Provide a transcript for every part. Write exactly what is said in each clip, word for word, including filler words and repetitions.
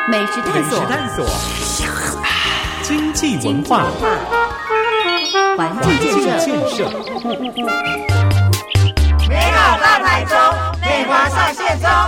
美食探索， 探索经济文化， 环境建设， 美好大台中，美华上线中。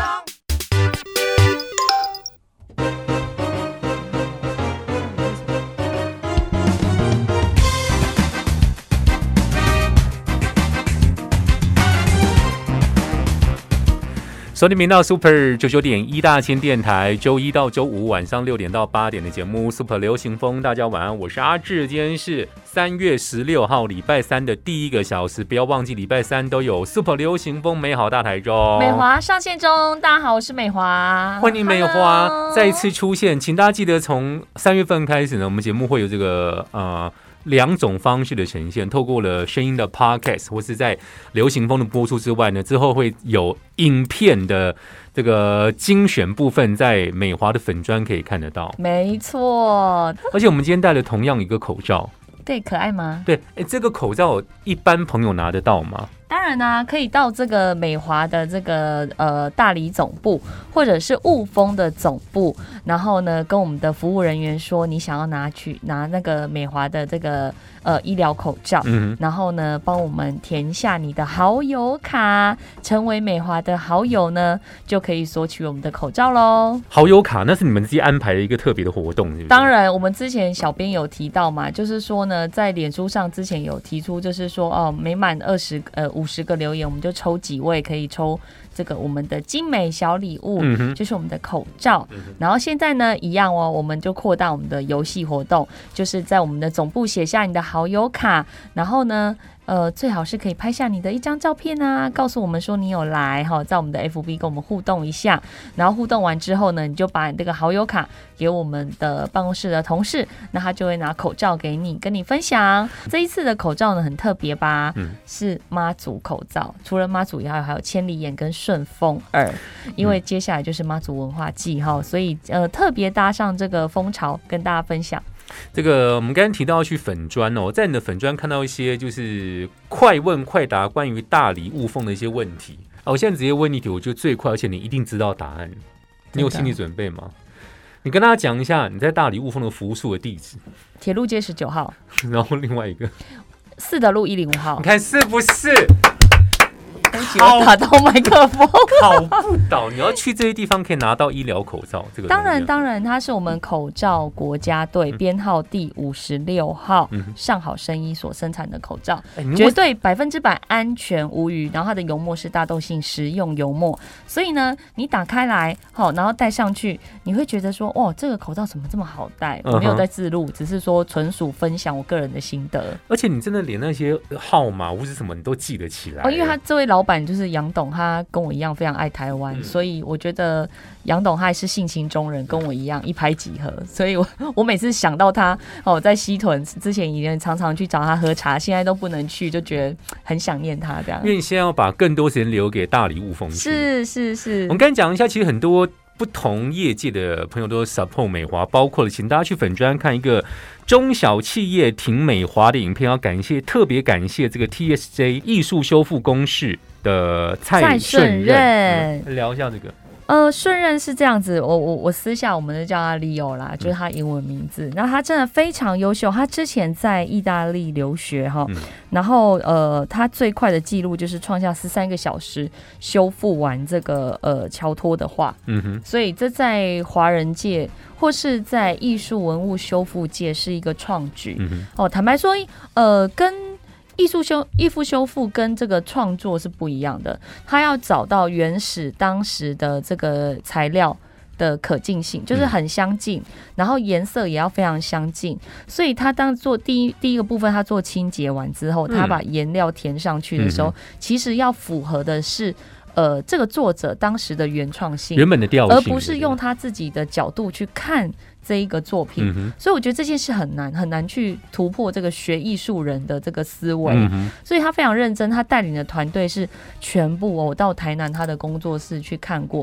收听频道 Super 九九点一大千电台，周一到周五晚上六点到八点的节目 Super 流行风，大家晚安，我是阿志。今天是三月十六号，礼拜三的第一个小时，不要忘记礼拜三都有 Super 流行风，美好大台中， 美华上线中。大家好，我是美华， 欢迎美华再一次出现，请大家记得从三月份开始呢，我们节目会有这个呃。两种方式的呈现，透过了声音的 podcast 或是在流行风的播出之外呢，之后会有影片的这个精选部分在美华的粉专可以看得到。 没错， 而且我们今天戴了同样一个口罩， 对，可爱吗？ 对，哎，这个口罩一般朋友拿得到吗？ 当然啊，可以到这个美华的这个呃大理总部，或者是雾峰的总部，然后呢跟我们的服务人员说你想要拿去拿那个美华的这个呃医疗口罩，嗯，然后呢帮我们填下你的好友卡，成为美华的好友呢，就可以索取我们的口罩咯。 好友卡那是你们自己安排的一个特别的活动是不是？ 当然，我们之前小编有提到嘛，就是说呢，在脸书上之前有提出，就是说哦，每满二十呃五十个留言，我们就抽几位可以抽这个我们的精美小礼物，嗯、就是我们的口罩。嗯、然后现在呢，一样哦，我们就扩大我们的游戏活动，就是在我们的总部写下你的好友卡，然后呢。呃，最好是可以拍下你的一张照片啊，告诉我们说你有来哈，在我们的 F B 跟我们互动一下，然后互动完之后呢，你就把你这个好友卡给我们的办公室的同事，那他就会拿口罩给你，跟你分享。这一次的口罩呢很特别吧，嗯、是妈祖口罩，除了妈祖以外，还有千里眼跟顺风耳，因为接下来就是妈祖文化季哈，所以呃特别搭上这个风潮，跟大家分享。 这个我们刚才提到要去粉专哦，在你的粉专看到一些就是快问快答关于大理雾峰的一些问题啊，我现在直接问一题，我觉得最快，而且你一定知道答案，你有心理准备吗？你跟大家讲一下你在大理雾峰的服务处的地址， 铁路街十九号， 然后另外一个四德路一零五号， 你看是不是？ 好，打到麦克风， 好不倒！你要去这些地方可以拿到医疗口罩，这个当然当然，它是我们口罩国家队编号第五十六号、嗯、上好生医所生产的口罩，欸、绝对百分之百安全无虞。然后它的油墨是大豆性食用油墨，所以呢，你打开来好，然后戴上去，你会觉得说，哇，这个口罩怎么这么好戴？我没有在自录，只是说纯属分享我个人的心得。 而且你真的连那些号码或是什么你都记得起来哦， 因为他这位老板就是杨董，他跟我一样非常爱台湾、嗯，所以我觉得杨董他还是性情中人，跟我一样一拍即合。所以我我每次想到他哦，在西屯之前以前常常去找他喝茶，现在都不能去，就觉得很想念他这样。 因为你现在要把更多时间留给大理雾峰去。 是是是， 我们刚才讲一下，其实很多不同业界的朋友都 support 美华，包括了请大家去粉专看一个中小企业挺美华的影片，要感谢特别感谢这个 T S J 艺术修复公室的蔡顺任、嗯，聊一下这个。 呃，顺任是这样子，我我我私下我们就叫他 Leo 啦，就是他英文名字。然后他真的非常优秀，他之前在意大利留学哈、嗯，然后呃，他最快的记录就是创下十三个小时修复完这个呃乔托的画，嗯哼，所以这在华人界或是在艺术文物修复界是一个创举。嗯、哦，坦白说，呃，跟艺术修艺术修复跟这个创作是不一样的，他要找到原始当时的这个材料的可近性，就是很相近，然后颜色也要非常相近，所以他当做第一第一个部分，他做清洁完之后，他把颜料填上去的时候，嗯、其实要符合的是。呃，这个作者当时的原创性， 原本的调性， 而不是用他自己的角度去看这一个作品、嗯、所以我觉得这件事很难很难去突破这个学艺术人的这个思维、嗯、所以他非常认真，他带领的团队是全部、哦、我到台南他的工作室去看过，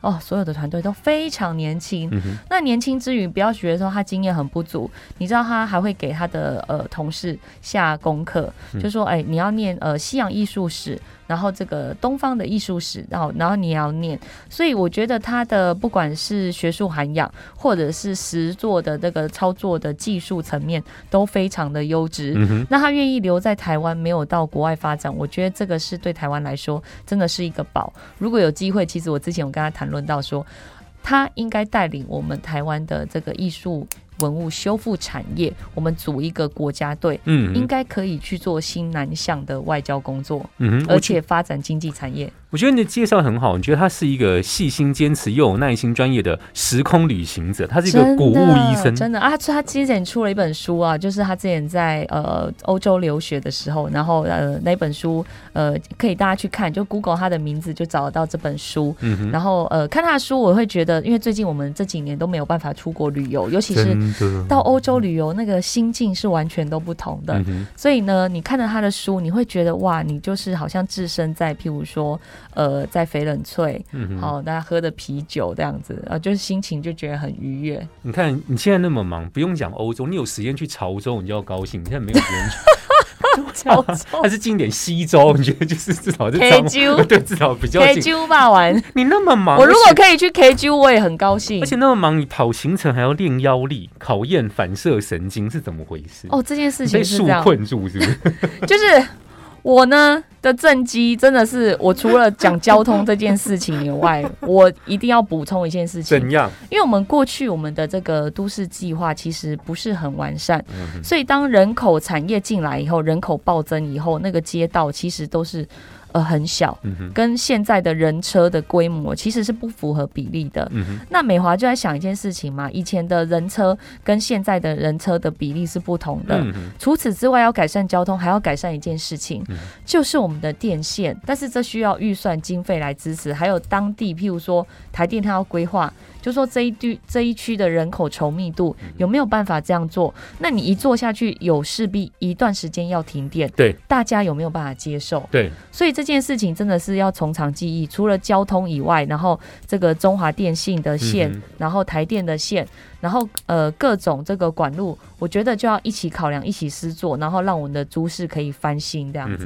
哦，所有的团队都非常年轻。 嗯、 那年轻之余，不要觉得说他经验很不足，你知道他还会给他的呃同事下功课， 嗯、 就说哎，你要念呃西洋艺术史。然后这个东方的艺术史，然后然后你也要念，所以我觉得他的不管是学术涵养，或者是实作的这个操作的技术层面，都非常的优质。嗯、那他愿意留在台湾，没有到国外发展，我觉得这个是对台湾来说真的是一个宝。如果有机会，其实我之前有跟他谈论到说，他应该带领我们台湾的这个艺术文物修复产业，我们组一个国家队，嗯，应该可以去做新南向的外交工作，嗯，而且发展经济产业。 我觉得你的介绍很好，你觉得他是一个细心、坚持又有耐心、专业的时空旅行者，他是一个古物医生， 真的啊！他之前出了一本书啊，就是他之前在呃欧洲留学的时候，然后呃那本书呃可以大家去看，就 Google 他的名字就找得到这本书。嗯、然后呃看他的书，我会觉得，因为最近我们这几年都没有办法出国旅游，尤其是到欧洲旅游，那个心境是完全都不同的。嗯、所以呢，你看了他的书，你会觉得哇，你就是好像置身在譬如说。呃，在翡冷翠，嗯，好，大家喝的啤酒这样子，啊，就是心情就觉得很愉悦。 你看你现在那么忙，不用讲欧洲，你有时间去潮州，你就要高兴。你现在没有时间去潮州，还是近点西州？你觉得就是至少是 K 州， 对，至少比较近 K 州吧玩。 你那么忙， 我如果可以去 K 州，我也很高兴。 而且那么忙，你跑行程还要练腰力，考验反射神经，是怎么回事？ 哦，这件事情是这样， 被树困住是不是？ 就是。我呢的政绩真的是，我除了讲交通这件事情以外，我一定要补充一件事情。 怎样？ 因为我们过去我们的这个都市计划其实不是很完善，嗯、所以当人口产业进来以后，人口暴增以后，那个街道其实都是。呃，很小，跟现在的人车的规模其实是不符合比例的。嗯、那美华就在想一件事情嘛，以前的人车跟现在的人车的比例是不同的。嗯、除此之外，要改善交通，还要改善一件事情，嗯、就是我们的电线。但是这需要预算经费来支持，还有当地，譬如说台电它要规划。就说这一区这一区的人口稠密度有没有办法这样做？那你一做下去，有势必一段时间要停电， 对， 大家有没有办法接受？ 对， 所以这件事情真的是要从长计议。除了交通以外，然后这个中华电信的线，嗯、然后台电的线，然后呃各种这个管路，我觉得就要一起考量，一起施作，然后让我们的都市可以翻新这样子。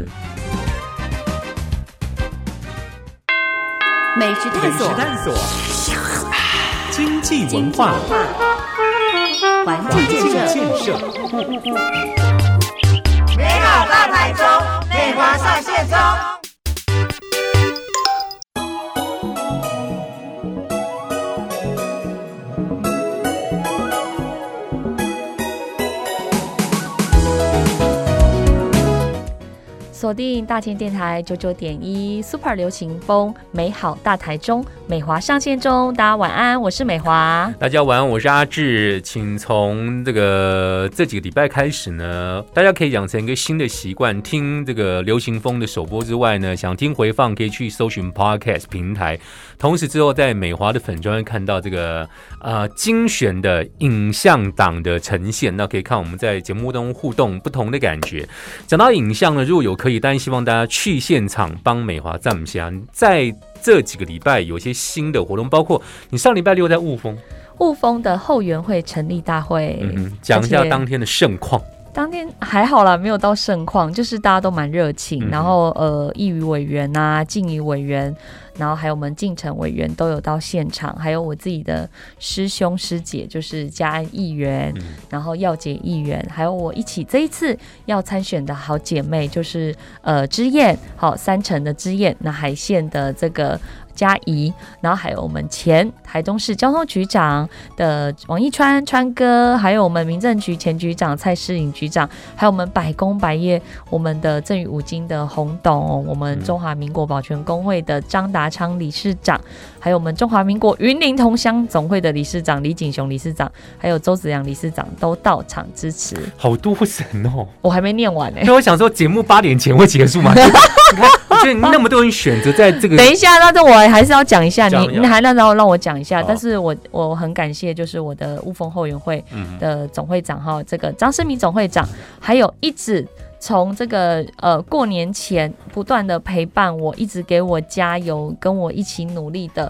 美食探索， 探索经济文化， 环境建设， 美好大台中，内华上线中。 锁定大千电台九九点一 Super 流行风，美好大台中，美华上线中。大家晚安，我是美华。 大家晚安，我是阿志。请从这个这几个礼拜开始呢，大家可以养成一个新的习惯，听这个流行风的首播之外呢，想听回放可以去搜寻 Podcast 平台。同时之后在美华的粉专会看到这个呃精选的影像档的呈现，那可以看我们在节目中互动不同的感觉。讲到影像呢，如果有可以，但希望大家去现场帮美华站一下。在这几个礼拜有一些新的活动，包括你上礼拜六在雾峰， 雾峰的后援会成立大会， 嗯，讲一下当天的盛况。 当天还好啦，没有到盛况，就是大家都蛮热情，嗯、然后呃，议员委员啊，进议委员，然后还有我们进城委员都有到现场，还有我自己的师兄师姐，就是嘉安议员，嗯、然后耀杰议员，还有我一起这一次要参选的好姐妹，就是呃之燕，好三城的之燕，那海线的这个。嘉怡，然后还有我们前台中市交通局长的王一川川哥，还有我们民政局前局长蔡世颖局长，还有我们百工百业我们的赠与五金的洪董，我们中华民国保全工会的张达昌理事长，还有我们中华民国云林同乡总会的理事长李景雄理事长，还有周子良理事长都到场支持。 好多人哦， 我还没念完呢、欸。 所以我想说，节目八点前会结束吗？你看，我觉得那么多人选择在这个， 等一下，但是我还是要讲一下，你你还让让让我讲一下。但是我我很感谢，就是我的雾峰后援会的总会长哈，这个张世明总会长，还有一直从这个呃过年前不断的陪伴我，一直给我加油，跟我一起努力的。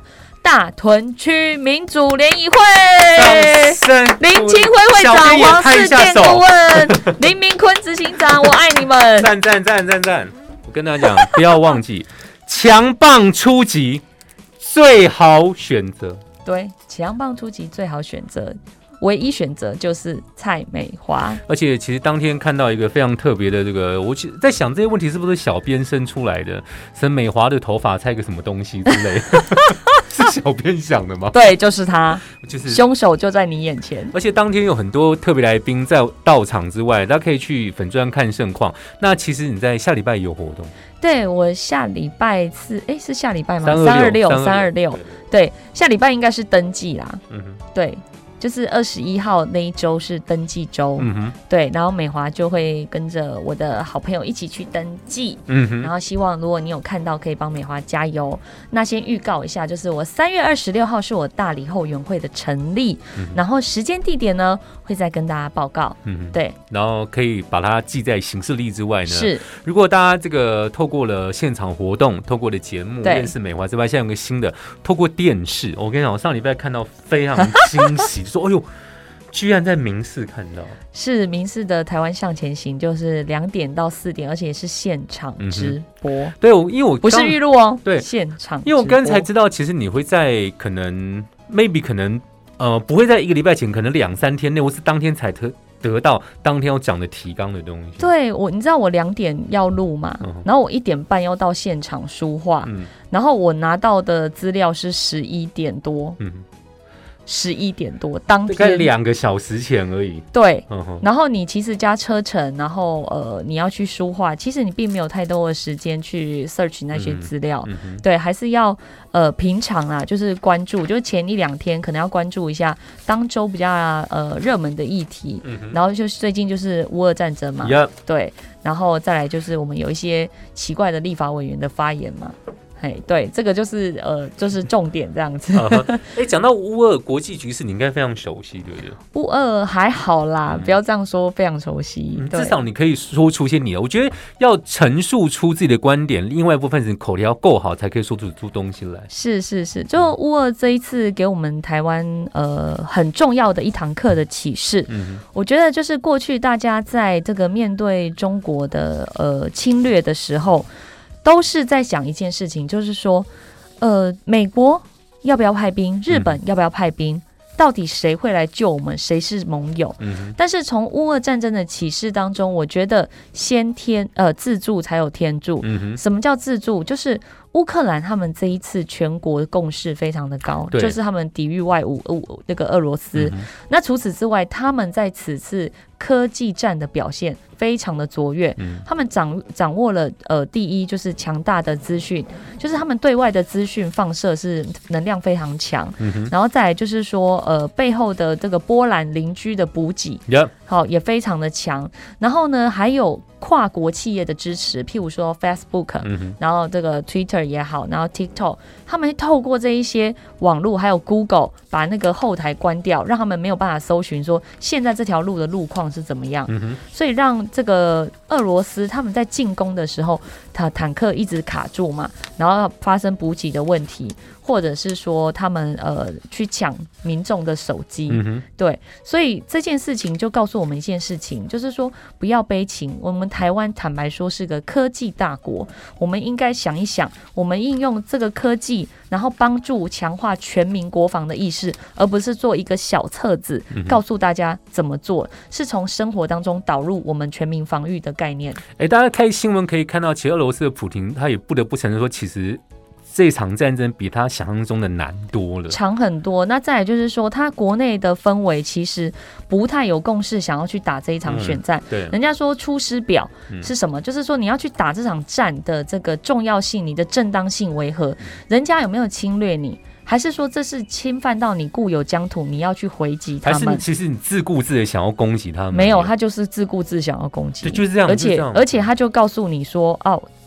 大屯区民主联谊会， 林清辉会长、黄世健顾问、林明坤执行长，我爱你们！ 赞赞赞赞赞！我跟大家讲，不要忘记强棒出击，最好选择。 对，强棒出击最好选择。唯一选择就是蔡美华， 而且其实当天看到一个非常特别的这个，我在想这些问题是不是小编生出来的？沈美华的头发猜个什么东西之类的，是小编想的吗？ 对，就是他， 就是凶手就在你眼前。 而且当天有很多特别来宾在到场之外，大家可以去粉专看盛况。那其实你在下礼拜也有活动， 对我下礼拜四，哎，是下礼拜吗？ 三二六， 三二六，对，下礼拜应该是登记啦。 嗯哼， 对。就是二十一号那一周是登记周，嗯哼，对，然后美华就会跟着我的好朋友一起去登记，嗯哼，然后希望如果你有看到，可以帮美华加油。那先预告一下，就是我三月二十六号是我大理后援会的成立，嗯、然后时间地点呢会再跟大家报告，嗯，对， 然后可以把它记在行事历之外呢。 是， 如果大家这个透过了现场活动，透过了节目认识美华之外，现在有个新的，透过电视，我跟你讲，我上礼拜看到非常惊喜。说哎呦，居然在民视看到，是民视的台湾向前行，就是两点到四点，而且也是现场直播。嗯、 对，我因为我不是预录哦， 对， 现场直播。 因为我刚才知道，其实你会在可能 maybe 可能呃不会在一个礼拜前，可能两三天内，我是当天才得得到当天要讲的提纲的东西。 对，我你知道我两点要录嘛，嗯、然后我一点半要到现场书画，嗯、然后我拿到的资料是十一点多。嗯。十一点多，当天大概两个小时前而已。 对，嗯、然后你其实加车程，然后呃，你要去书画，其实你并没有太多的时间去 search 那些资料。嗯嗯、对，还是要呃平常啊，就是关注，就是前一两天可能要关注一下当周比较呃热门的议题。嗯、然后就是最近就是乌俄战争嘛， yep. 对，然后再来就是我们有一些奇怪的立法委员的发言嘛。哎，对，这个就是呃，就是重点这样子。 哎、uh ，讲、huh. 到乌俄国际局势，你应该非常熟悉，对不对？ 乌俄还好啦，嗯、不要这样说，非常熟悉。 嗯、至少你可以说出些你的。我觉得要陈述出自己的观点，另外一部分是口条够好，才可以说出出东西来。 是是是，就乌俄这一次给我们台湾呃很重要的一堂课的启示。嗯，我觉得就是过去大家在这个面对中国的呃侵略的时候。都是在想一件事情，就是说，呃，美国要不要派兵，日本要不要派兵，嗯、到底谁会来救我们，谁是盟友？嗯、但是从乌俄战争的启示当中，我觉得先天呃自助才有天助。嗯、什么叫自助？就是乌克兰他们这一次全国共识非常的高，就是他们抵御外侮呃那个俄罗斯。嗯、那除此之外，他们在此次科技战的表现非常的卓越，嗯、他们掌掌握了呃第一就是强大的资讯，就是他们对外的资讯放射是能量非常强，嗯、然后再来就是说呃背后的这个波兰邻居的补给，好、yep. 也非常的强，然后呢还有跨国企业的支持，譬如说 Facebook，嗯、然后这个 Twitter 也好，然后 TikTok， 他们透过这一些网络还有 Google 把那个后台关掉，让他们没有办法搜寻说现在这条路的路况是怎么样，嗯、所以让这个俄罗斯他们在进攻的时候，他坦克一直卡住嘛，然后发生补给的问题，或者是说他们呃去抢民众的手机，嗯、对，所以这件事情就告诉我们一件事情，就是说不要悲情，我们台湾坦白说是个科技大国，我们应该想一想，我们应用这个科技，然后帮助强化全民国防的意识，而不是做一个小册子，嗯、告诉大家怎么做，是从生活当中导入我们全民防御的概念。 哎，大家看新闻可以看到，其实俄罗斯的普丁他也不得不承认说，其实这场战争比他想象中的难多了， 长很多。那再来就是说，他国内的氛围其实不太有共识，想要去打这一场选战。嗯、对，人家说出师表是什么？嗯、就是说你要去打这场战的这个重要性，你的正当性为何？人家有没有侵略你？还是说这是侵犯到你固有疆土，你要去回击他们？ 还是其实你自顾自的想要攻击他们？ 没有，他就是自顾自想要攻击， 对，就是这样。 而且而且他就告诉你说，哦。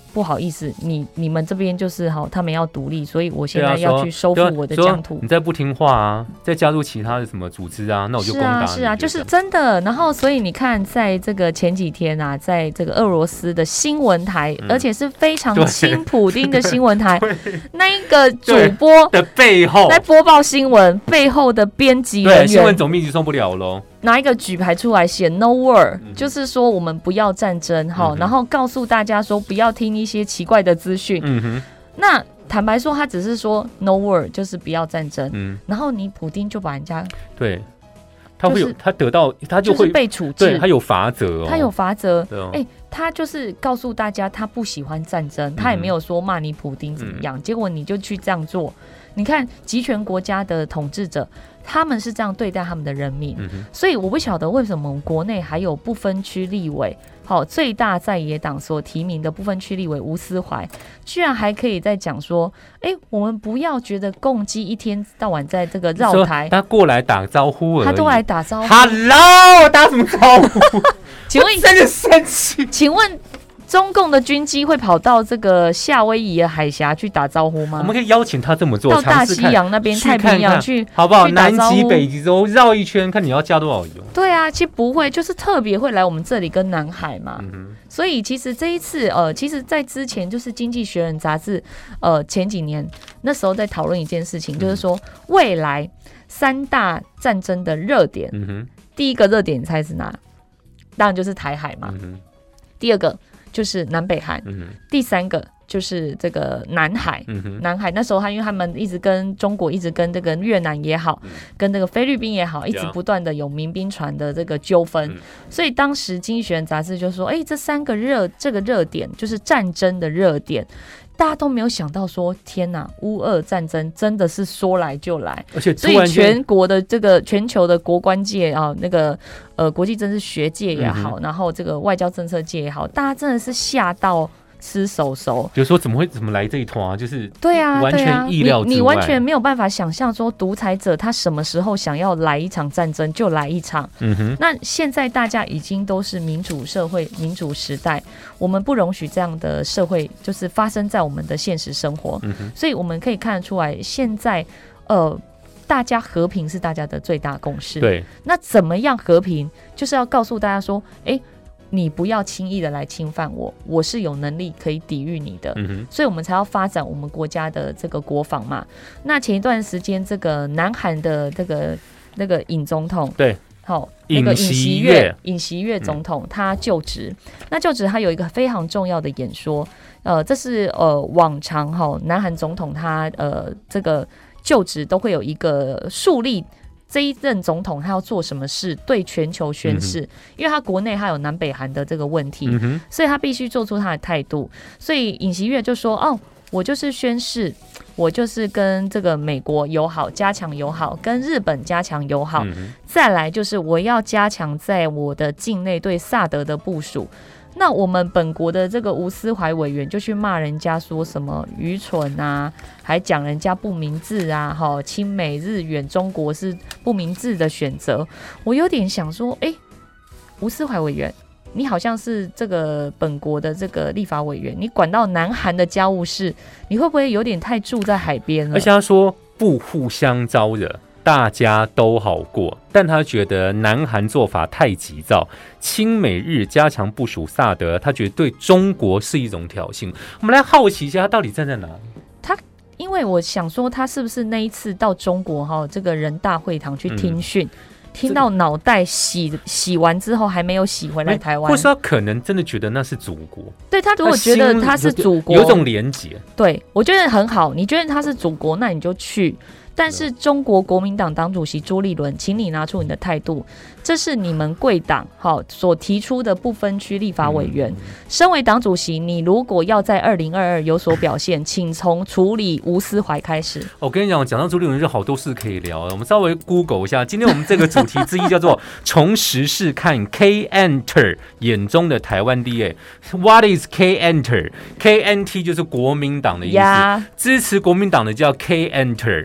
不好意思，你你们这边就是好，他们要独立，所以我现在要去收复我的疆土。 你再不听话啊，再加入其他的什么组织啊，那我就攻打你。是啊， 是啊，就是真的。然后，所以你看，在这个前几天啊，在这个俄罗斯的新闻台，嗯、而且是非常亲普丁的新闻台，那一个主播的背后来播报新闻背后的编辑人员， 对新闻总编辑受不了喽。 拿一个举牌出来写 No War，、嗯、就是说我们不要战争哈、嗯，然后告诉大家说不要听一些奇怪的资讯。嗯哼，那坦白说，他只是说 No War， 就是不要战争。嗯，然后你普丁就把人家对，他会有、就是、他得到他就会、 就是、被处置， 对他有罚则哦， 他有罚则。 对哦， 哎、欸，他就是告诉大家他不喜欢战争，嗯、他也没有说骂你普丁怎么样、嗯，结果你就去这样做。你看集权国家的统治者，他们是这样对待他们的人民、嗯、所以我不晓得为什么我们国内还有不分区立委，好，最大在野党所提名的不分区立委吴思怀，居然还可以在讲说，哎、欸，我们不要觉得共机一天到晚在这个绕台， 他过来打招呼而已， 他都来打招呼 ，Hello， 打什么招呼？ 请问真的生气？ 请问？中共的军机会跑到这个夏威夷的海峡去打招呼吗？ 我们可以邀请他这么做， 到大西洋那边、太平洋去， 好不好？南极、北极洲绕一圈，看你要加多少油。 对啊，其实不会，就是特别会来我们这里跟南海嘛。嗯、所以其实这一次，呃，其实，在之前就是《经济学人》杂志，呃，前几年那时候在讨论一件事情，嗯、就是说未来三大战争的热点，嗯、第一个热点你猜是哪？当然就是台海嘛。嗯、第二个。就是南北韩、嗯，第三个就是这个南海、嗯，南海那时候他因为他们一直跟中国一直跟这个越南也好，嗯、跟这个菲律宾也好，一直不断的有民兵船的这个纠纷、嗯，所以当时《经济学人》杂志就说，哎、欸，这三个热这个热点就是战争的热点。大家都没有想到说，天哪，乌俄战争真的是说来就来， 而且所以全国的这个全球的国关界啊，那个呃国际政治学界也好、嗯，然后这个外交政策界也好，大家真的是吓到吃手手， 就说怎么会怎么来这一团啊？就是对啊， 完全意料之外， 你, 你完全没有办法想象说独裁者他什么时候想要来一场战争就来一场。嗯哼，那现在大家已经都是民主社会、民主时代，我们不容许这样的社会就是发生在我们的现实生活。嗯哼，所以我们可以看得出来，现在呃。大家和平是大家的最大共识。 对， 那怎么样和平？就是要告诉大家说，哎、欸，你不要轻易的来侵犯我，我是有能力可以抵御你的。嗯、所以我们才要发展我们国家的这个国防嘛。那前一段时间，这个南韩的这个那个尹总统， 对， 好、哦，那个尹锡悦，尹锡悦总统、嗯、他就职，那就职他有一个非常重要的演说，呃，这是呃往常哈、哦、南韩总统他呃这个。就职都会有一个树立这一任总统他要做什么事，对全球宣示、嗯、因为他国内他有南北韩的这个问题、嗯、所以他必须做出他的态度。所以尹锡悦就说，哦，我就是宣誓，我就是跟这个美国友好，加强友好，跟日本加强友好、嗯、再来就是我要加强在我的境内对萨德的部署。那我们本国的这个吴思怀委员就去骂人家说什么愚蠢啊，还讲人家不明智啊，哈，亲美日远中国是不明智的选择。我有点想说，哎、欸，吴思怀委员，你好像是这个本国的这个立法委员，你管到南韩的家务事，你会不会有点太住在海边了？ 而且他说不互相招惹，大家都好过，但他觉得南韩做法太急躁，亲美日加强部署萨德，他觉得对中国是一种挑衅。我们来好奇一下，他到底站在哪里？ 他因为我想说，他是不是那一次到中国哈这个人大会堂去听训、嗯，听到脑袋洗洗完之后还没有洗回来台湾， 或是他可能真的觉得那是祖国？ 对，他如果觉得他是祖国， 有种连结，对我觉得很好。你觉得他是祖国，那你就去。但是中国国民党党主席朱立伦，请你拿出你的态度，这是你们贵党好所提出的不分区立法委员、嗯、身为党主席，你如果要在二零二二有所表现，请从处理吴思怀开始。 我跟你讲，讲到朱立伦就好多事可以聊了，我们稍微 Google 一下。今天我们这个主题之一叫做从时事看 K Enter 眼中的台湾 D A。 What is K Enter？ K N T 就是国民党的意思、yeah. 支持国民党的叫 K Enter。 他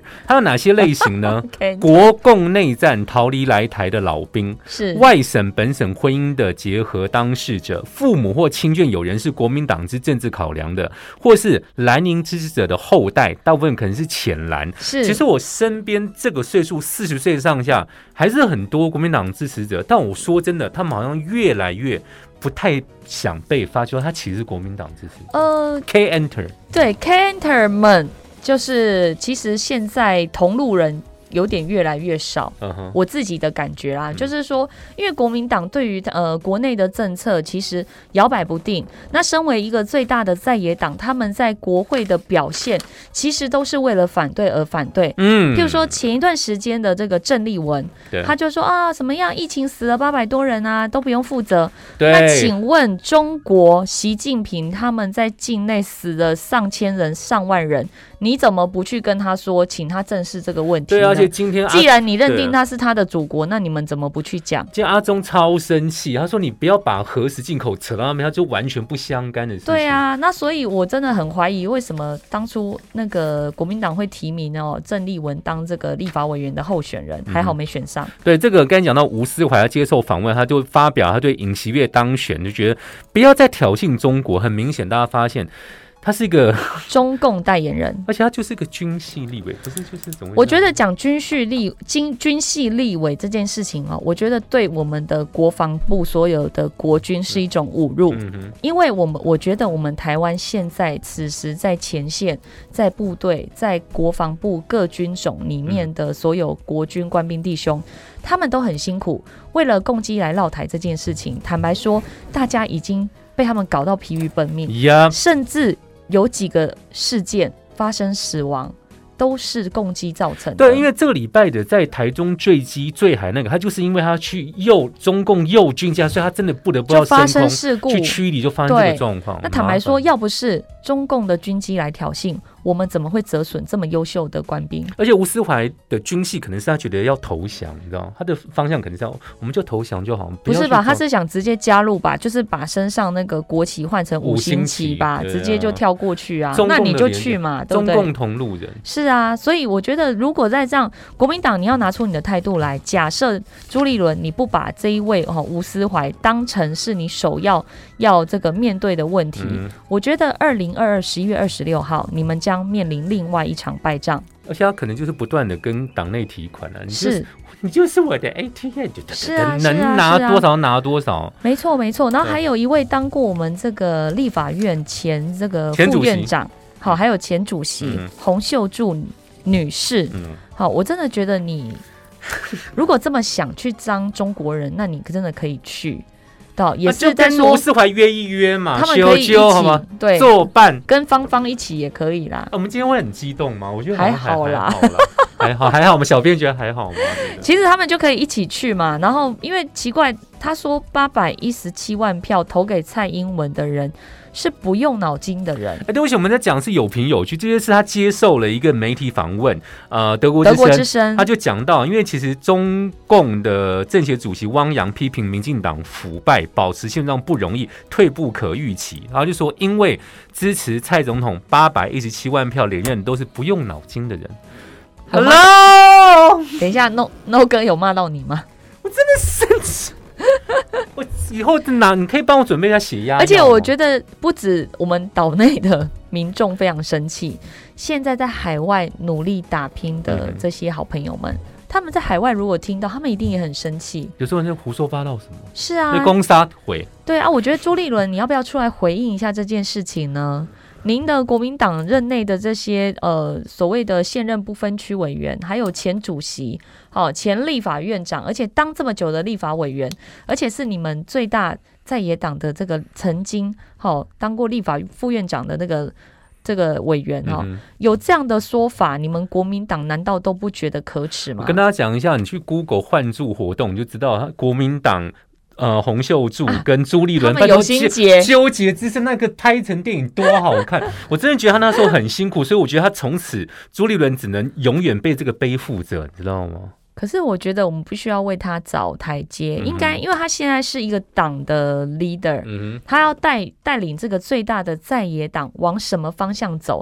哪些类型呢？ okay, 国共内战逃离来台的老兵， 是外省本省婚姻的结合当事者，父母或亲眷友人是国民党之政治考量的，或是蓝营支持者的后代，大部分可能是浅蓝。 是， 其实我身边这个岁数四十岁上下，还是很多国民党支持者，但我说真的，他们好像越来越不太想被发觉他其实是国民党支持者。呃 ，K Enter 对 K Enter 们，就是其实现在同路人有点越来越少， uh-huh. 我自己的感觉啦，嗯、就是说，因为国民党对于呃国内的政策其实摇摆不定。那身为一个最大的在野党，他们在国会的表现，其实都是为了反对而反对。嗯，譬如说前一段时间的这个郑丽文，他就说啊，怎么样，疫情死了八百多人啊，都不用负责。那请问中国习近平他们在境内死了上千人、上万人，你怎么不去跟他说，请他正视这个问题呢？ 对，而且今天既然你认定他是他的祖国，那你们怎么不去讲？ 今天阿中超生气，他说你不要把核实进口扯到那边，他就完全不相干的事情。 对啊，那所以我真的很怀疑，为什么当初那个国民党会提名哦郑丽文当这个立法委员的候选人，还好没选上。嗯、 对，这个刚才讲到吴思怀，他接受访问，他就发表他对尹锡悦当选就觉得不要再挑衅中国，很明显大家发现。他是一个中共代言人， 而且他就是一个军系立委，不是就是怎么？ 我觉得讲军系立军军系立委这件事情啊，我觉得对我们的国防部所有的国军是一种侮辱，嗯嗯、因为我们我觉得我们台湾现在此时在前线、在部队、在国防部各军种里面的所有国军官兵弟兄，他们都很辛苦，为了共机来绕台这件事情，坦白说，大家已经被他们搞到疲于奔命， yeah. 甚至。有几个事件发生死亡，都是共机造成的。 对，因为这个礼拜的在台中坠机坠海那个，他就是因为他去诱中共诱军家，所以他真的不得不要升空就发生事故， 去驱离，就发生这个状况。 那坦白说，要不是中共的军机来挑衅，我们怎么会折损这么优秀的官兵？ 而且吴思怀的军系可能是他觉得要投降，你知道吗？他的方向可能是要我们就投降就好。 不是吧？他是想直接加入吧，就是把身上那个国旗换成五星旗吧， 啊、 直接就跳过去啊。那你就去嘛，对不对？ 中共同路人是啊，所以我觉得如果在这样，国民党你要拿出你的态度来。假设朱立伦你不把这一位哦吴思怀当成是你首要要这个面对的问题，嗯、我觉得二零二二十一月二十六号你们将面临另外一场败仗。 而且他可能就是不断的跟党内提款啊，你就是。你就是我的 A T M， 是啊， 能拿多少拿多少， 没错没错。然后还有一位当过我们这个立法院前这个副院长，好，还有前主席、嗯、洪秀柱女士，嗯、好，我真的觉得你如果这么想去当中国人，那你真的可以去。也是在说跟吴思怀约一约嘛， 他们可以一起好吗？ 对作伴， 跟芳芳一起也可以啦。 啊、我们今天会很激动吗？我觉得还好啦， 还好还好，我们小编觉得还好吗？ 其实他们就可以一起去嘛。然后因为奇怪，他说八百一十七万票投给蔡英文的人是不用脑筋的人。 哎，对不起，我们在讲是有凭有据。这件事他接受了一个媒体访问，呃，德国德国之声， 他就讲到，因为其实中共的政协主席汪洋批评民进党腐败，保持现状不容易，退步可预期。然后就说，因为支持蔡总统八百一十七万票连任都是不用脑筋的人。Hello， 等一下 ，No No 哥有骂到你吗？ 我真的生气。我以后哪你可以帮我准备一下血压？ 而且我觉得不止我们岛内的民众非常生气，现在在海外努力打拼的这些好朋友们，嗯、他们在海外如果听到，他们一定也很生气。 有时候人胡说八道什么？ 是啊， 被攻杀毁。 对啊，我觉得朱立伦，你要不要出来回应一下这件事情呢？您的国民党任内的这些呃所谓的现任不分区委员，还有前主席、哦、前立法院长，而且当这么久的立法委员，而且是你们最大在野党的这个曾经、哦、当过立法副院长的那个这个委员、哦嗯、有这样的说法，你们国民党难道都不觉得可耻吗？ 我跟大家讲一下，你去 Google 换柱活动，你就知道国民党。呃，洪秀柱跟朱立伦、 啊、他们有心结纠结之声，那个拍成电影多好看！我真的觉得他那时候很辛苦，所以我觉得他从此朱立伦只能永远被这个背负着，你知道吗？ 可是我觉得我们不需要为他找台阶，嗯、应该因为他现在是一个党的 leader，、嗯、他要带带领这个最大的在野党往什么方向走。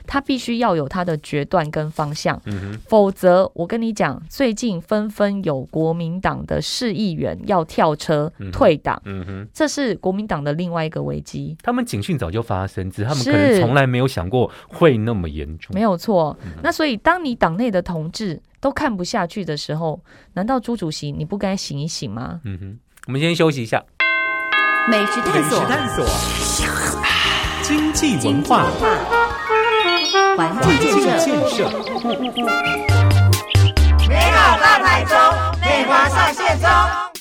他必须要有他的决断跟方向， 嗯、 否则我跟你讲，最近纷纷有国民党的市议员要跳车、嗯、退党、嗯，这是国民党的另外一个危机。 他们警讯早就发生，只是他们可能从来没有想过会那么严重。 没有错、嗯，那所以当你党内的同志都看不下去的时候，难道朱主席你不该醒一醒吗？ 嗯哼，我们先休息一下。 美食探索， 探索经济文化， 环境建设， 美好大台中，内华上线中。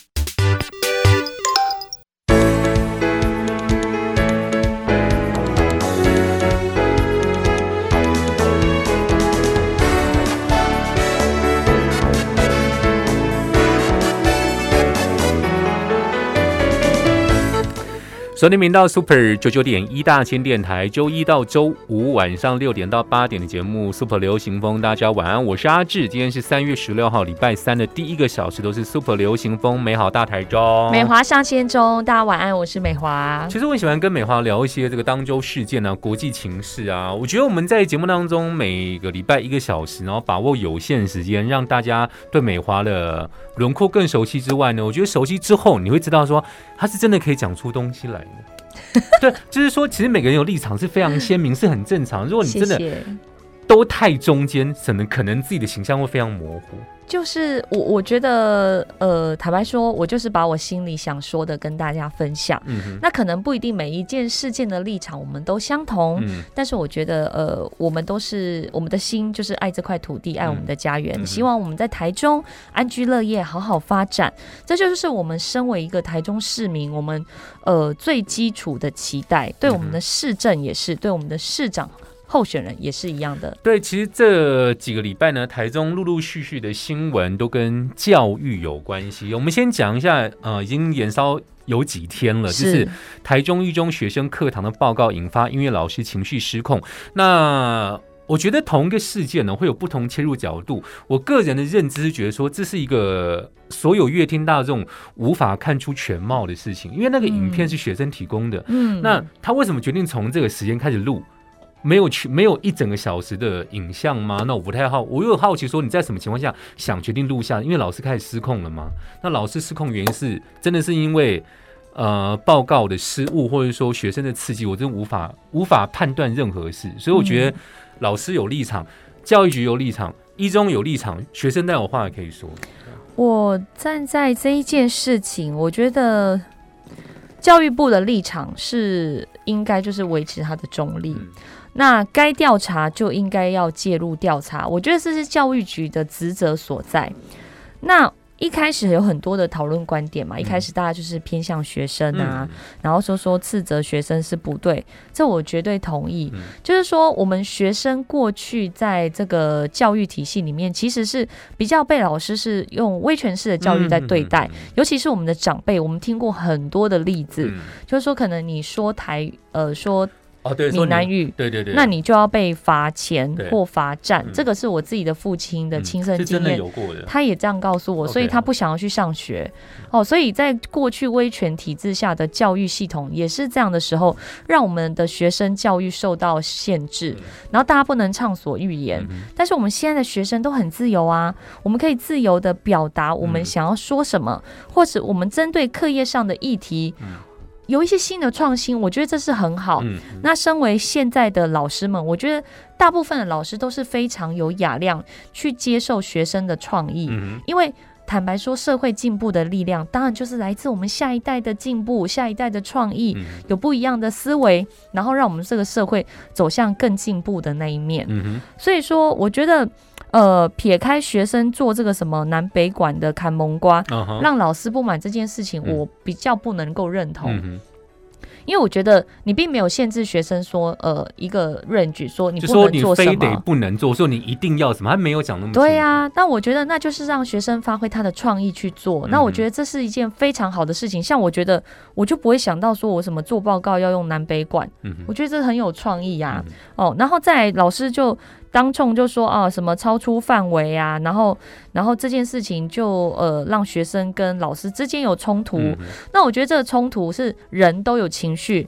收听频道 Super 九九点一大千电台，周一到周五晚上六点到八点的节目 Super 流行风，大家晚安，我是阿志。今天是三月十六号，礼拜三的第一个小时都是 Super 流行风，美好大台中， 美华上线中，大家晚安，我是美华。 其实我很喜欢跟美华聊一些这个当周事件啊、国际情势啊。我觉得我们在节目当中每个礼拜一个小时，然后把握有限时间，让大家对美华的轮廓更熟悉之外呢，我觉得熟悉之后，你会知道说他是真的可以讲出东西来的。对，就是说，其实每个人有立场是非常鲜明，是很正常。如果你真的都太中间，可能可能自己的形象会非常模糊。 就是我，我觉得，呃，坦白说，我就是把我心里想说的跟大家分享。嗯、那可能不一定每一件事件的立场我们都相同，嗯、但是我觉得，呃，我们都是我们的心就是爱这块土地，爱我们的家园，嗯、希望我们在台中安居乐业，好好发展。这就是我们身为一个台中市民，我们呃最基础的期待，对我们的市政也是，对我们的市长候选人也是一样的。 对，其实这几个礼拜呢，台中陆陆续续的新闻都跟教育有关系。我们先讲一下，呃，已经延烧有几天了，是就是台中一中学生课堂的报告引发音乐老师情绪失控。那我觉得同一个事件呢，会有不同切入角度。我个人的认知是觉得说，这是一个所有乐听大众无法看出全貌的事情，因为那个影片是学生提供的。嗯，那他为什么决定从这个时间开始录？没有去没有一整个小时的影像吗？那我不太好，我有好奇说你在什么情况下想决定录下？因为老师开始失控了吗？那老师失控原因是真的是因为呃报告的失误，或者说学生的刺激，我真的无法无法判断任何事。所以我觉得老师有立场，教育局有立场，一中有立场，学生当然有话可以说。 我站在这一件事情，我觉得教育部的立场是应该就是维持他的中立。嗯，那该调查就应该要介入调查，我觉得这是教育局的职责所在。那一开始有很多的讨论观点嘛，一开始大家就是偏向学生啊，嗯、然后说说斥责学生是不对，这我绝对同意。嗯、就是说，我们学生过去在这个教育体系里面，其实是比较被老师是用威权式的教育在对待，嗯嗯嗯、尤其是我们的长辈，我们听过很多的例子，嗯、就是说可能你说台呃说。 哦，对， 闽南语， 对对对， 那你就要被罚钱或罚站，嗯、这个是我自己的父亲的亲身经验， 嗯、有过的， 他也这样告诉我， okay. 所以他不想要去上学。哦，所以在过去威权体制下的教育系统也是这样的时候，让我们的学生教育受到限制，嗯、然后大家不能畅所欲言。嗯、但是我们现在的学生都很自由啊，我们可以自由的表达我们想要说什么，嗯、或者我们针对课业上的议题。嗯，有一些新的创新，我觉得这是很好。嗯嗯、那身为现在的老师们，我觉得大部分的老师都是非常有雅量去接受学生的创意，嗯、因为坦白说，社会进步的力量当然就是来自我们下一代的进步，下一代的创意，嗯、有不一样的思维，然后让我们这个社会走向更进步的那一面。嗯、所以说，我觉得。呃，撇开学生做这个什么南北馆的看蒙瓜， uh-huh. 让老师不满这件事情，嗯、我比较不能够认同。嗯，因为我觉得你并没有限制学生说，呃，一个 range 说你不能做什么，就说你非得不能做，说你一定要什么，他没有讲那么清楚。 对啊，那我觉得那就是让学生发挥他的创意去做。嗯、那我觉得这是一件非常好的事情。像我觉得我就不会想到说我什么做报告要用南北馆，嗯、我觉得这很有创意呀、啊。嗯、哦，然后再来老师就。当众就说啊什么超出范围啊，然后然后这件事情就呃让学生跟老师之间有冲突。嗯、那我觉得这个冲突是人都有情绪， 对，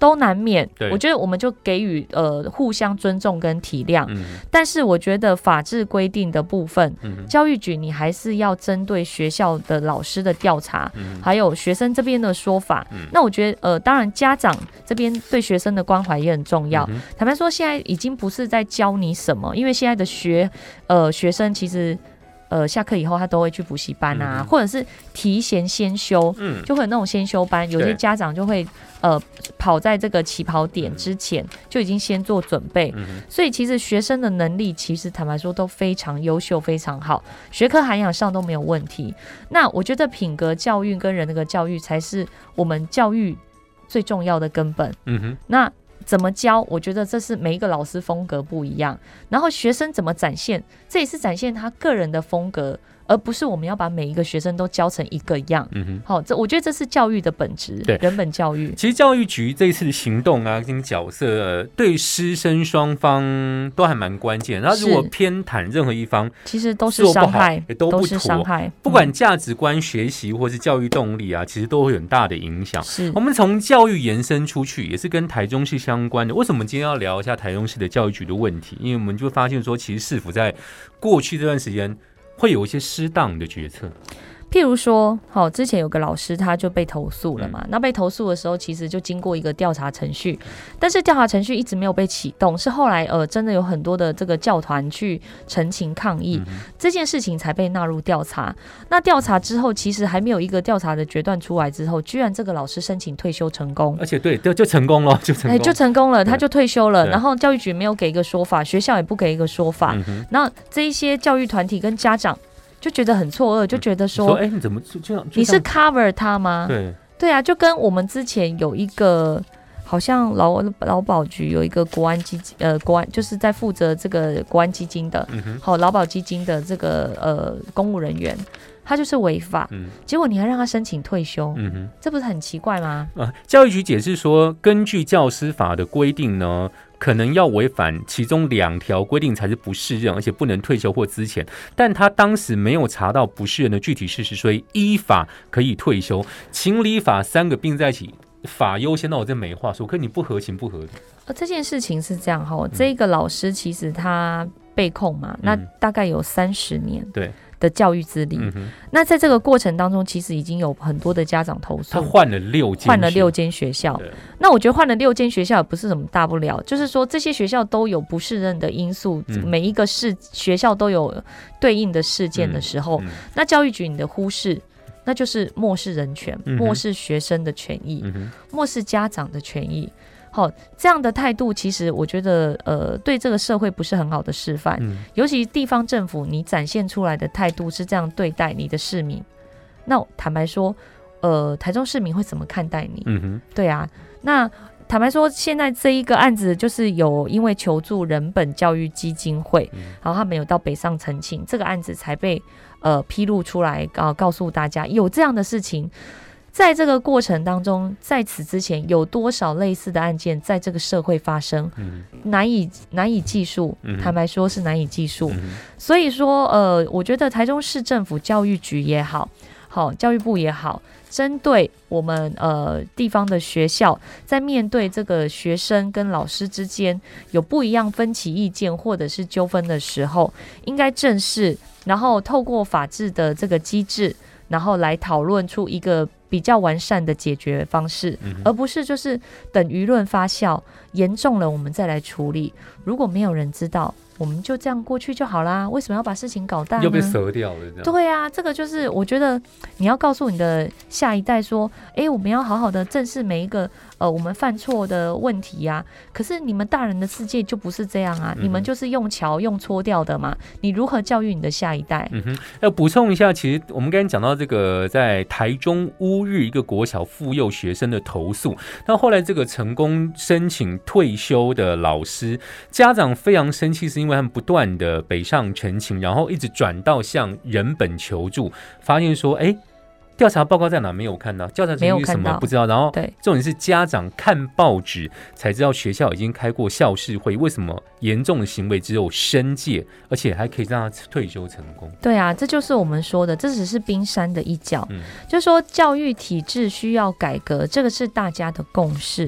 都难免。 对， 我觉得我们就给予呃互相尊重跟体谅。 嗯， 但是我觉得法制规定的部分， 嗯， 教育局你还是要针对学校的老师的调查， 嗯， 还有学生这边的说法。嗯，那我觉得呃，当然家长这边对学生的关怀也很重要。嗯，坦白说，现在已经不是在教你什么，因为现在的学呃学生其实。呃，下课以后他都会去补习班啊，嗯、或者是提前先修，嗯，就会有那种先修班，有些家长就会呃跑在这个起跑点之前、嗯、就已经先做准备、嗯，所以其实学生的能力其实坦白说都非常优秀，非常好，学科涵养上都没有问题。那我觉得品格教育跟人格教育才是我们教育最重要的根本。嗯哼，那。怎么教？我觉得这是每一个老师风格不一样，然后学生怎么展现，这也是展现他个人的风格，而不是我们要把每一个学生都教成一个样。嗯哼，好，这我觉得这是教育的本质，对，人本教育。 其实教育局这一次的行动啊，跟角色、呃、对师生双方都还蛮关键。然后如果偏袒任何一方， 其实都是伤害， 也都不妥，都是伤害。 不管价值观、学习或是教育动力啊，其实都会有很大的影响。我们从教育延伸出去，也是跟台中市相关的。为什么今天要聊一下台中市的教育局的问题？因为我们就会发现说，其实市府在过去这段时间会有一些失当的决策。 譬如说，好，之前有个老师他就被投诉了嘛、嗯，那被投诉的时候，其实就经过一个调查程序，但是调查程序一直没有被启动，是后来呃真的有很多的这个教团去陈情抗议、嗯，这件事情才被纳入调查。那调查之后，其实还没有一个调查的决断出来之后，居然这个老师申请退休成功， 而且对，就就成功了，就成功了，哎， 就成功了，他就退休了。然后教育局没有给一个说法，学校也不给一个说法，嗯、那这一些教育团体跟家长。就觉得很错愕，就觉得说，哎、 嗯，你怎么就这你是 cover 他吗？ 对对啊，就跟我们之前有一个，好像劳劳保局有一个国安基金，呃，国安就是在负责这个国安基金的，嗯、好劳保基金的这个呃公务人员，他就是违法、嗯，结果你还让他申请退休，嗯哼，这不是很奇怪吗？ 啊，教育局解释说，根据教师法的规定呢。可能要违反其中两条规定才是不适任，而且不能退休或资遣。但他当时没有查到不适任的具体事实，所以依法可以退休。情理法三个并在一起，法优先。那我这没话说，可你不合情不合理。 呃，这件事情是这样哈、嗯，这个老师其实他被控嘛，嗯、那大概有三十年。对。的教育资历、嗯，那在这个过程当中，其实已经有很多的家长投诉， 他换了六间， 换了六间学校。那我觉得换了六间学校也不是什么大不了，就是说这些学校都有不适任的因素，嗯、每一个事学校都有对应的事件的时候，嗯嗯、那教育局你的忽视，那就是漠视人权，嗯、漠视学生的权益，嗯、漠视家长的权益。好，这样的态度其实我觉得呃对这个社会不是很好的示范、嗯、尤其地方政府你展现出来的态度是这样对待你的市民，那坦白说呃台中市民会怎么看待你、嗯、哼对啊，那坦白说现在这一个案子就是有因为求助人本教育基金会、嗯、然后他们有到北上澄清，这个案子才被呃披露出来、呃、告诉大家有这样的事情。在这个过程当中，在此之前有多少类似的案件在这个社会发生，嗯、难以难以计数、嗯、坦白说是难以计数、嗯、所以说呃，我觉得台中市政府教育局也好好教育部也好，针对我们呃地方的学校，在面对这个学生跟老师之间有不一样分歧意见或者是纠纷的时候，应该正视，然后透过法治的这个机制，然后来讨论出一个比较完善的解决方式、嗯、而不是就是等舆论发酵严重了我们再来处理，如果没有人知道我们就这样过去就好啦，为什么要把事情搞大呢？ 又被折掉了这样。 对啊，这个就是我觉得你要告诉你的下一代说，哎，我们要好好的正视每一个呃我们犯错的问题啊，可是你们大人的世界就不是这样啊、嗯、你们就是用桥用搓掉的嘛，你如何教育你的下一代？嗯哼， 要补充一下，其实我们刚才讲到这个在台中乌日一个国小妇幼学生的投诉，那后来这个成功申请退休的老师家长非常生气，是因为他们不断的北上陈情，然后一直转到向人本求助，发现说哎，调查报告在哪没有看到，调查程序什么不知道，然后重点是家长看报纸才知道学校已经开过校事会，为什么严重的行为只有申诫，而且还可以让他退休成功。 对啊，这就是我们说的，这只是冰山的一角、嗯、就是说教育体制需要改革，这个是大家的共识。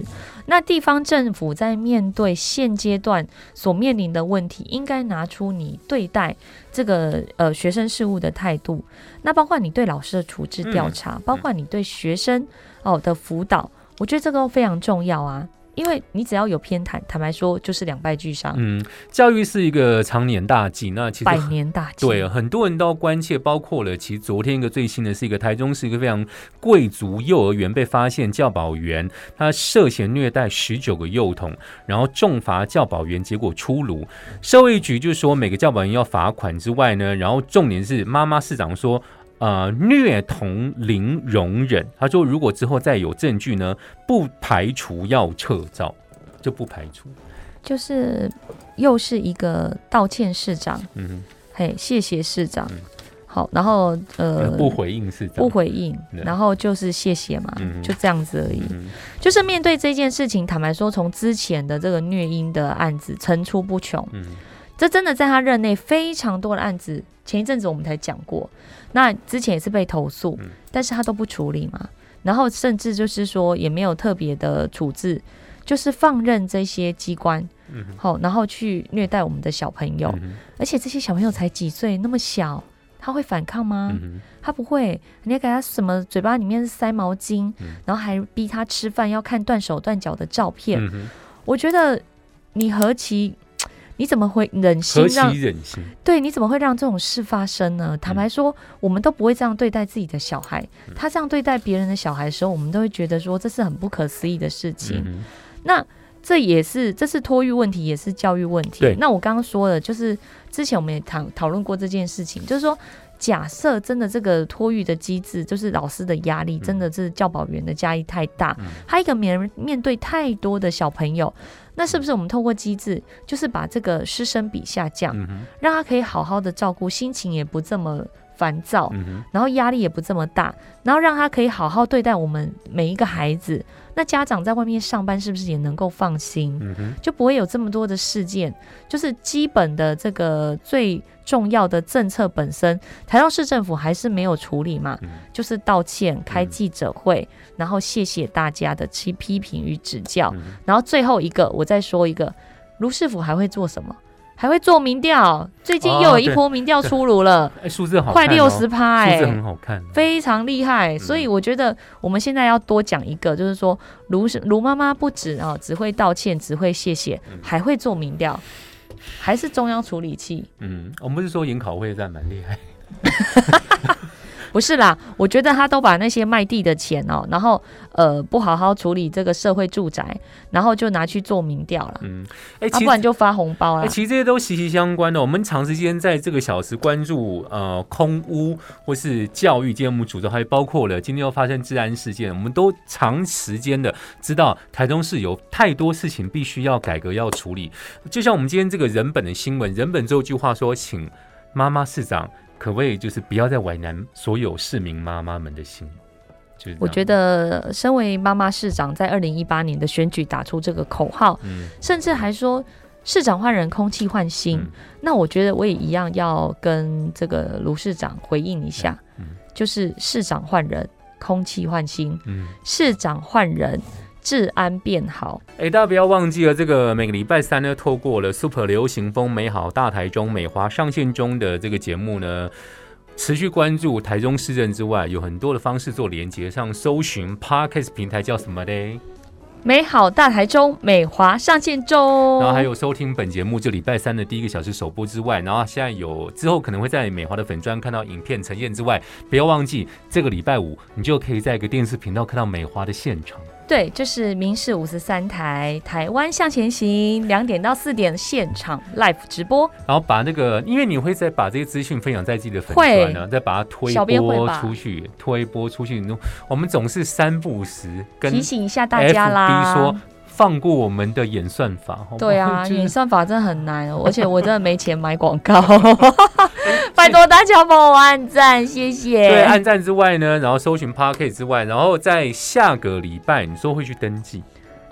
那地方政府在面对现阶段所面临的问题，应该拿出你对待这个呃学生事务的态度，那包括你对老师的处置调查，嗯、包括你对学生哦的辅导，我觉得这个都非常重要啊。因为你只要有偏袒，坦白说就是两败俱伤。 嗯，教育是一个常年大计，那其实百年大计。 对，很多人都要关切，包括了其实昨天一个最新的是一个台中市一个非常贵族幼儿园被发现教保员他涉嫌虐待十九个幼童，然后重罚教保员，结果出炉。社会局就说每个教保员要罚款之外呢，然后重点是妈妈市长说。呃，虐童零容忍。他说，如果之后再有证据呢，不排除要撤照，就不排除。 就是又是一个道歉市长， 嗯， 嘿，谢谢市长。嗯、好，然后呃， 不回应市长， 不回应，然后就是谢谢嘛，嗯、就这样子而已。嗯、就是面对这件事情，坦白说，从之前的这个虐婴的案子层出不穷。嗯，这真的在他任内非常多的案子。前一阵子我们才讲过，那之前也是被投诉，嗯、但是他都不处理嘛，然后甚至就是说也没有特别的处置，就是放任这些机关，嗯、好，然后去虐待我们的小朋友，嗯、而且这些小朋友才几岁，那么小，他会反抗吗？嗯、他不会，你要给他什么嘴巴里面塞毛巾，嗯、然后还逼他吃饭要看断手断脚的照片，嗯、我觉得你何其。你怎么会忍心让？何其忍心？ 对，你怎么会让这种事发生呢？坦白说，嗯、我们都不会这样对待自己的小孩。嗯、他这样对待别人的小孩的时候，我们都会觉得说这是很不可思议的事情。嗯、那这也是这是托育问题，也是教育问题。那我刚刚说的，就是之前我们也讨讨论过这件事情，就是说。假设真的这个托育的机制，就是老师的压力，真的是教保员的压力太大，嗯、他一个面面对太多的小朋友，那是不是我们透过机制，就是把这个师生比下降，嗯、让他可以好好的照顾，心情也不这么烦躁，嗯、然后压力也不这么大，然后让他可以好好对待我们每一个孩子。那家长在外面上班是不是也能够放心？嗯、就不会有这么多的事件，就是基本的这个最重要的政策本身，台中市政府还是没有处理嘛，嗯、就是道歉、开记者会，嗯、然后谢谢大家的批评与指教，嗯、然后最后一个我再说一个，卢市府还会做什么？还会做民调，最近又有一波民调出炉了， 哎、哦，数字好看、哦， 快六十趴，哎， 数字很好看、哦， 非常厉害。嗯、所以我觉得我们现在要多讲一个，就是说卢卢妈妈不止啊，只会道歉，只会谢谢，嗯、还会做民调，还是中央处理器。 嗯，我们不是说研考会在蛮厉害。 不是啦，我觉得他都把那些卖地的钱哦，然后呃不好好处理这个社会住宅，然后就拿去做民调了，嗯，哎、欸，啊、不然就发红包啦。 哎、欸，其实这些都息息相关的。我们长时间在这个小时关注呃空污或是教育节目主轴，还包括了今天又发生治安事件，我们都长时间的知道台中市有太多事情必须要改革要处理。就像我们今天这个人本的新闻，人本最后一句话说，请妈妈市长。可不可以就是不要再为难所有市民妈妈们的心？就是我觉得，身为妈妈市长，在二零一八年的选举打出这个口号，嗯、甚至还说市长换人，空气换新。嗯、那我觉得我也一样要跟这个卢市长回应一下，嗯、就是市长换人，空气换新。嗯、市长换人。治安变好， 哎，大家不要忘记了，这个每个礼拜三呢，透过了 Super 流行风美好大台中美华上线中的这个节目呢，持续关注台中市政之外，有很多的方式做连结，像搜寻 Podcast 平台叫什么嘞？ 美好大台中美华上线中， 然后还有收听本节目就礼拜三的第一个小时首播之外，然后现在有之后可能会在美华的粉专看到影片呈现之外，不要忘记这个礼拜五你就可以在一个电视频道看到美华的现场。 对，就是民视五十三台台湾向前行，两点到四点现场 live 直播， 然后把那个，因为你会再把这些资讯分享在自己的粉专呢，再把它推播出去，推播出去。我们总是三不五时跟提醒一下大家啦， 说放过我们的演算法。好不好？ 对啊，演算法真的很难，而且我真的没钱买广告。拜托大家帮我按赞，谢谢。 对，按赞之外呢，然后搜寻 Podcast 之外，然后在下个礼拜你说会去登记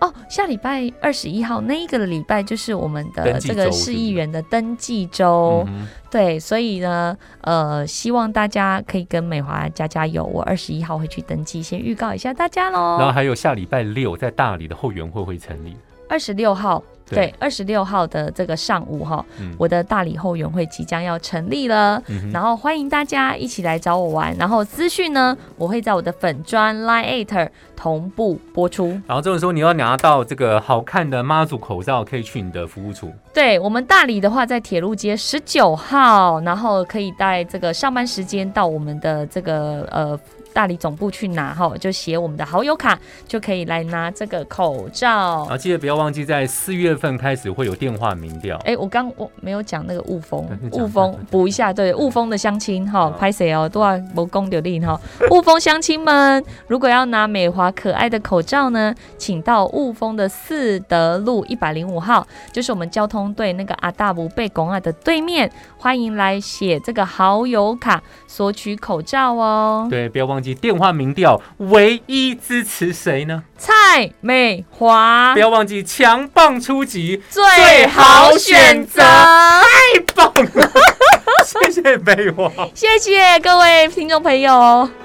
哦，下礼拜二十一号那一个礼拜就是我们的这个市议员的登记周， 嗯、 对，所以呢，呃，希望大家可以跟美华加加油。我二十一号会去登记，先预告一下大家喽。 然后还有下礼拜六在大理的后援会会成立， 二十六号。对，二十六号的这个上午哈、嗯，我的大理后援会即将要成立了、嗯，然后欢迎大家一起来找我玩。然后资讯呢，我会在我的粉专 Line 同步播出。 然后这种时候你要拿到这个好看的妈祖口罩，可以去你的服务处。 对，我们大理的话，在铁路街十九号，然后可以在这个上班时间到我们的这个呃。大理总部去拿哈，就写我们的好友卡，就可以来拿这个口罩。 然后记得不要忘记，在四月份开始会有电话民调。 哎，我刚我没有讲那个雾峰，雾峰补一下，对，雾峰的乡亲哈，拍谁哦，都要没公丢令哈。雾峰乡亲们，如果要拿美华可爱的口罩呢，请到雾峰的四德路一百零五号，就是我们交通队那个阿大布贝公啊的对面，欢迎来写这个好友卡索取口罩哦。 对，不要忘记。电话民调唯一支持谁呢？ 蔡美华。 不要忘记强棒出击， 最好选择。 太棒了！谢谢美华， 谢谢各位听众朋友。